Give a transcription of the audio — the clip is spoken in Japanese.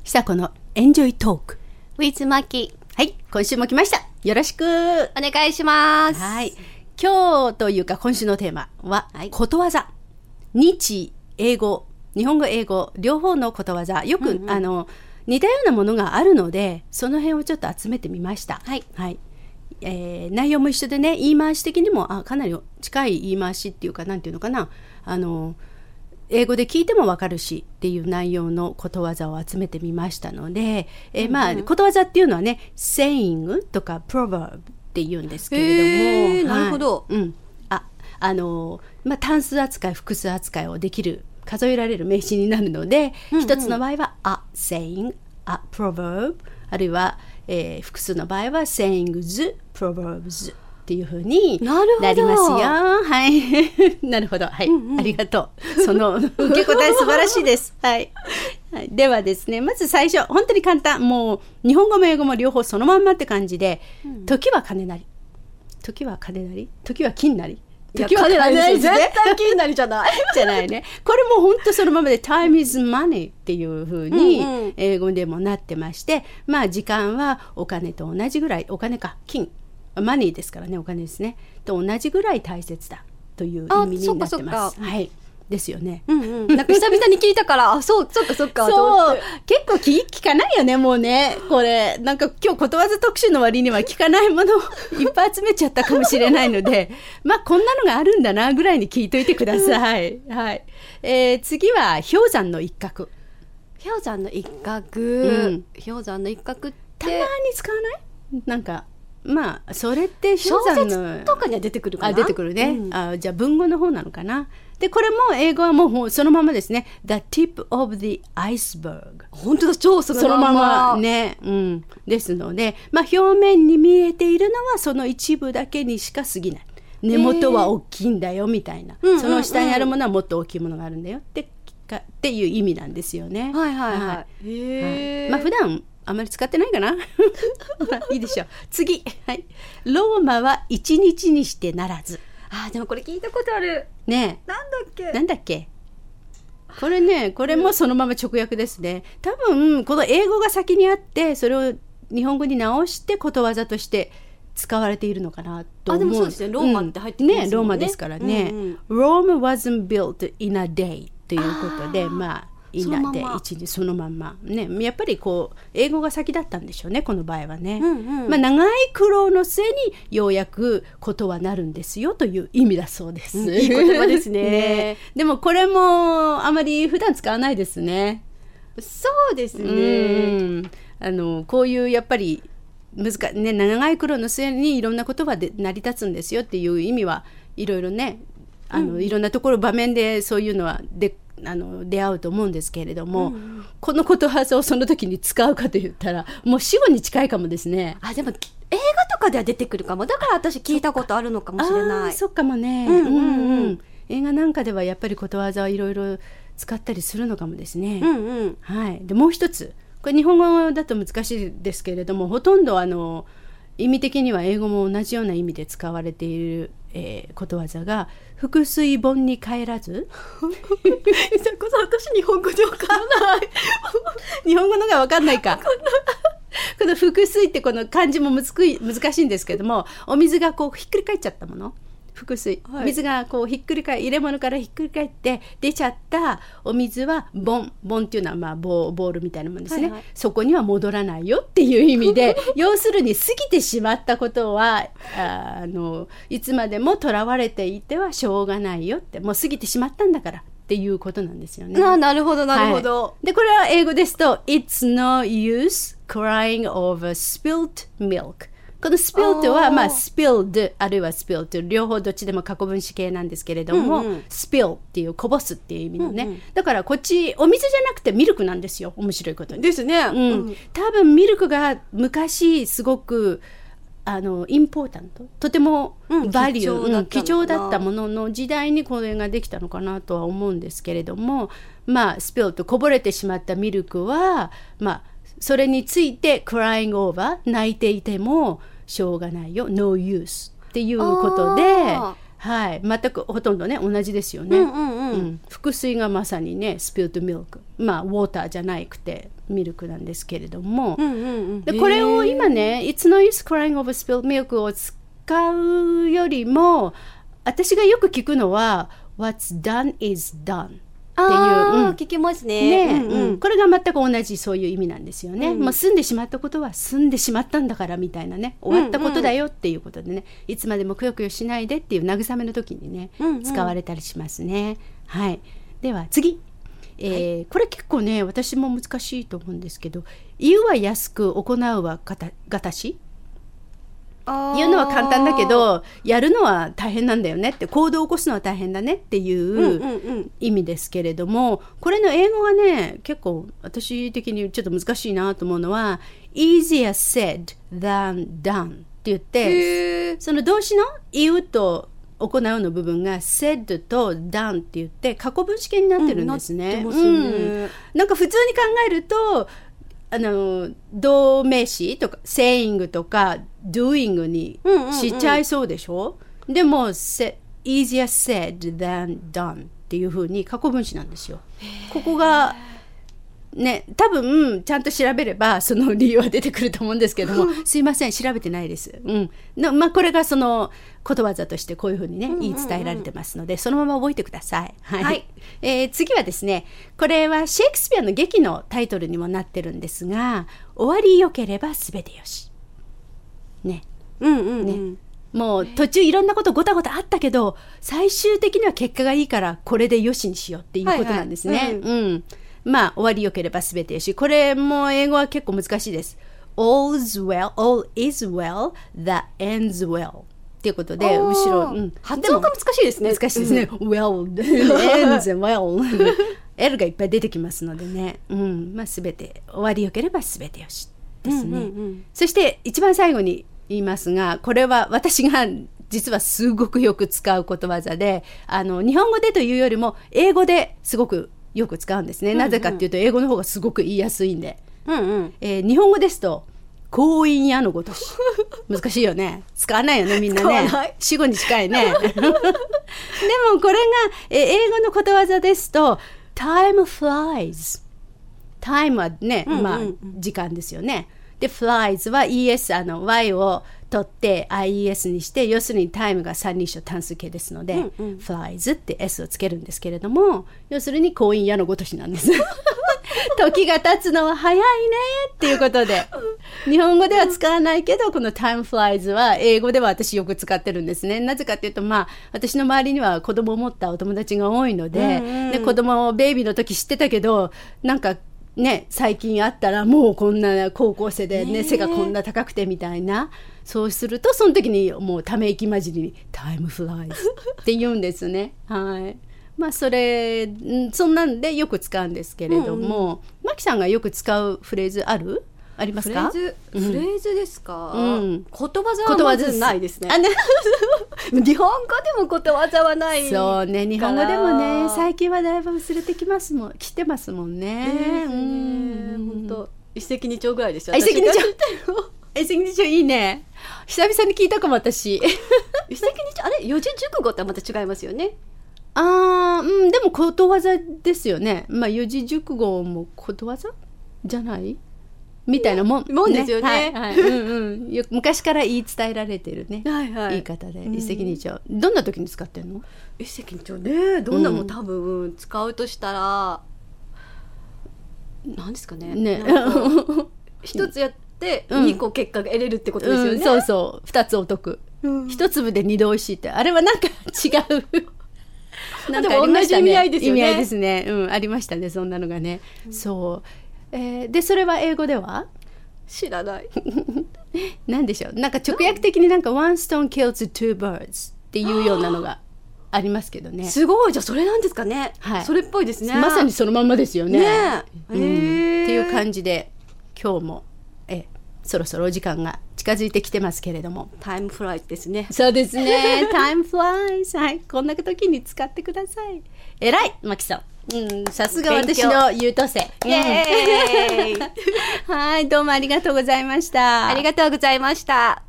久子のエンジョイトーク with マキ。 はい、今週も来ました。よろしくお願いします。 はい、今日というか今週のテーマは、ことわざ。日英語、日本語英語両方のことわざ、よく、似たようなものがあるので、その辺をちょっと集めてみました。はい、はい。内容も一緒でね、言い回し的にもかなり近い言い回しっていうか、なんていうのかな、英語で聞いても分かるしっていう内容のことわざを集めてみましたので、ことわざっていうのはね、saying とか proverb って言うんですけれども、 なるほど、 単数扱い複数扱いをできる、数えられる名詞になるので、一つの場合は a saying a proverb、 あるいは、複数の場合は sayings proverbsっていう風になりますよ。はい、なるほど、はい、ありがとう。その受け答え素晴らしいです。はい、はい、ではですね、まず最初、本当に簡単、もう日本語も英語も両方そのまんまって感じで、時は金なり、時は金なり、時は金なり、時は金なり、 絶対金なりじゃないじゃないね。これも本当そのままで time is money っていう風に英語でもなってまして、時間はお金と同じぐらい、お金か金、マニーですからね、お金ですね、と同じぐらい大切だという意味になってます。はい、ですよね。 なんか久々に聞いたからそっかそう結構聞かないよね、もうね。これなんか今日ことわざ特集の割には聞かないものをいっぱい集めちゃったかもしれないのでこんなのがあるんだなぐらいに聞いといてください。はい、次は氷山の一角。 氷山の一角、氷山の一角ってたまに使わない？なんかそれって氷山の小説とかには出てくるかな。 出てくるね、じゃあ文語の方なのかな。でこれも英語はもうそのままですね。 The tip of the iceberg。 本当だ、超そのままね、ですので、表面に見えているのはその一部だけにしか過ぎない。根元は大きいんだよみたいな、その下にあるものはもっと大きいものがあるんだよっていう意味なんですよね。普段あまり使ってないかないいでしょう。次、はい、ローマは一日にしてならず。 でもこれ聞いたことあるね。なんだっけこれね。これもそのまま直訳ですね。多分この英語が先にあって、それを日本語に直してことわざとして使われているのかなと思う。 でもそうですね、ローマって入ってきますもんね。 ローマですからね、Rome wasn't built in a day ということで、いいなって一日そのまんまね。やっぱりこう英語が先だったんでしょうね、この場合はね。長い苦労の末にようやくことはなるんですよという意味だそうです。 いい言葉ですね。 でもこれもあまり普段使わないですね。 そうですね。 こういうやっぱり長い苦労の末にいろんなことが成り立つんですよっていう意味はいろいろね、いろんなところ場面でそういうのは出会うと思うんですけれども、このことわざをその時に使うかと言ったらもう死語に近いかもですね。 でも映画とかでは出てくるかも。だから私聞いたことあるのかもしれない。 そっかもね。映画なんかではやっぱりことわざはいろいろ使ったりするのかもですね。はい。でもう一つ、これ日本語だと難しいですけれども、ほとんど意味的には英語も同じような意味で使われている、ことわざが、覆水盆に帰らず私日本語で分からない日本語のが分かんないかこの覆水ってこの漢字も難しいんですけども、お水がこうひっくり返っちゃったもの、覆水、水がこうひっくり返、入れ物からひっくり返って出ちゃったお水は盆っていうのはボールみたいなもんですね、そこには戻らないよっていう意味で要するに過ぎてしまったことはいつまでもとらわれていてはしょうがないよって、もう過ぎてしまったんだからっていうことなんですよね。 なるほどなるほど、 でこれは英語ですと It's no use crying over spilt milk。この spilt はspilled あるいは spilt 両方どっちでも過去分詞形なんですけれども、spill っていうこぼすっていう意味のね、だからこっちお水じゃなくてミルクなんですよ、面白いことにですね。 多分ミルクが昔すごくインポータント、とてもバリュー、貴重だったものの時代にこれができたのかなとは思うんですけれども、spill こぼれてしまったミルクはそれについて crying over 泣いていてもしょうがないよ no use っていうことではい、全くほとんどね同じですよね。腹水がまさにねスピルトミルク、まあウォーターじゃなくてミルクなんですけれども、でこれを今ね It's no use crying over spilled milk を使うよりも私がよく聞くのは What's done is doneっていう、 聞きますね。 これが全く同じそういう意味なんですよね。もう済んでしまったことは済んでしまったんだからみたいなね、終わったことだよっていうことでね、いつまでもくよくよしないでっていう慰めの時にね、使われたりしますね。はい。では次、これ結構ね私も難しいと思うんですけど、言うは安く行うはがたし。言うのは簡単だけどやるのは大変なんだよねって、行動を起こすのは大変だねっていう意味ですけれども、これの英語はね結構私的にちょっと難しいなと思うのは easier said than done って言って、その動詞の言うと行うの部分が said と done って言って過去分詞形になってるんですね。なんか普通に考えると動名詞とか saying とか doing にしちゃいそうでしょ。でも easier said than done っていう風に過去分詞なんですよ。ここがね、多分ちゃんと調べればその理由は出てくると思うんですけどもすいません調べてないです。これがそのことわざとしてこういうふうにね言い伝えられてますので、そのまま覚えてください。はい。次はですね、これはシェイクスピアの劇のタイトルにもなってるんですが、終わりよければすべてよし。ね。もう途中いろんなことごたごたあったけど最終的には結果がいいからこれでよしにしようっていうことなんですね。まあ終わりよければすべてよし。これも英語は結構難しいです。All is well that ends well っていうことで後ろ、 発音が難しいですね。 難しいですね。well ends well L がいっぱい出てきますのでね、まあすべて終わりよければすべてよしですね。そして一番最後に言いますが、これは私が実はすごくよく使うことわざで、日本語でというよりも英語ですごくよく使うんですね。なぜかっていうと英語の方がすごく言いやすいんで、日本語ですと婚姻やのごとし難しいよね。使わないよねみんなね。死語に近いねでもこれが英語のことわざですと time flies。 time はね、時間ですよね。で flies は ES Y を取って IES にして、要するにタイムが三人称単数形ですので、flies って S をつけるんですけれども、要するに婚姻やのごとしなんです時が経つのは早いねっていうことで日本語では使わないけどこの time flies は英語では私よく使ってるんですね。なぜかっていうと、私の周りには子供を持ったお友達が多いので、で子供をベイビーの時知ってたけどなんかね、最近会ったらもうこんな高校生でね、背がこんな高くてみたいな、そうするとその時にもうため息混じりにタイムフライズって言うんですね。はい。そんなんでよく使うんですけれども、マキさんがよく使うフレーズありますか？ フレーズですか？ことわざはまずないですね。日本語でもことわざはない。 そうね、日本語でもね最近はだいぶ薄れて来てますもんね。 本当一石二鳥ぐらいですよ。 一石二鳥いいね。久々に聞いたかも私。 一石二鳥、あれ四字熟語ってまた違いますよね。 でもことわざですよね。四字熟語もことわざじゃないみたいなもんですよね。 昔から言い伝えられてるね、言い方で一石二鳥。どんな時に使ってんの？ 一石二鳥ね、どんなも多分使うとしたら、なんですかね。一つやって2個結果が得れるってことですよね。 そうそう、2つお得。一粒で二度おいしいって、あれはなんか違う。なんかありましたね。でも同じ意味合いですよね。意味合いですね。ありましたね、そんなのがね。そう。でそれは英語では知らないなんでしょう、なんか直訳的になんか one stone kills two birds っていうようなのがありますけどね。 すごい、じゃあそれなんですかね。それっぽいですね。 まさにそのまんまですよね。っていう感じで今日もそろそろお時間が近づいてきてますけれども、 タイムフライですね。 そうですねタイムフライ、はい、こんな時に使ってください。えらいマキさん、さすが私の優等生。イエーイはい、どうもありがとうございました。 ありがとうございました。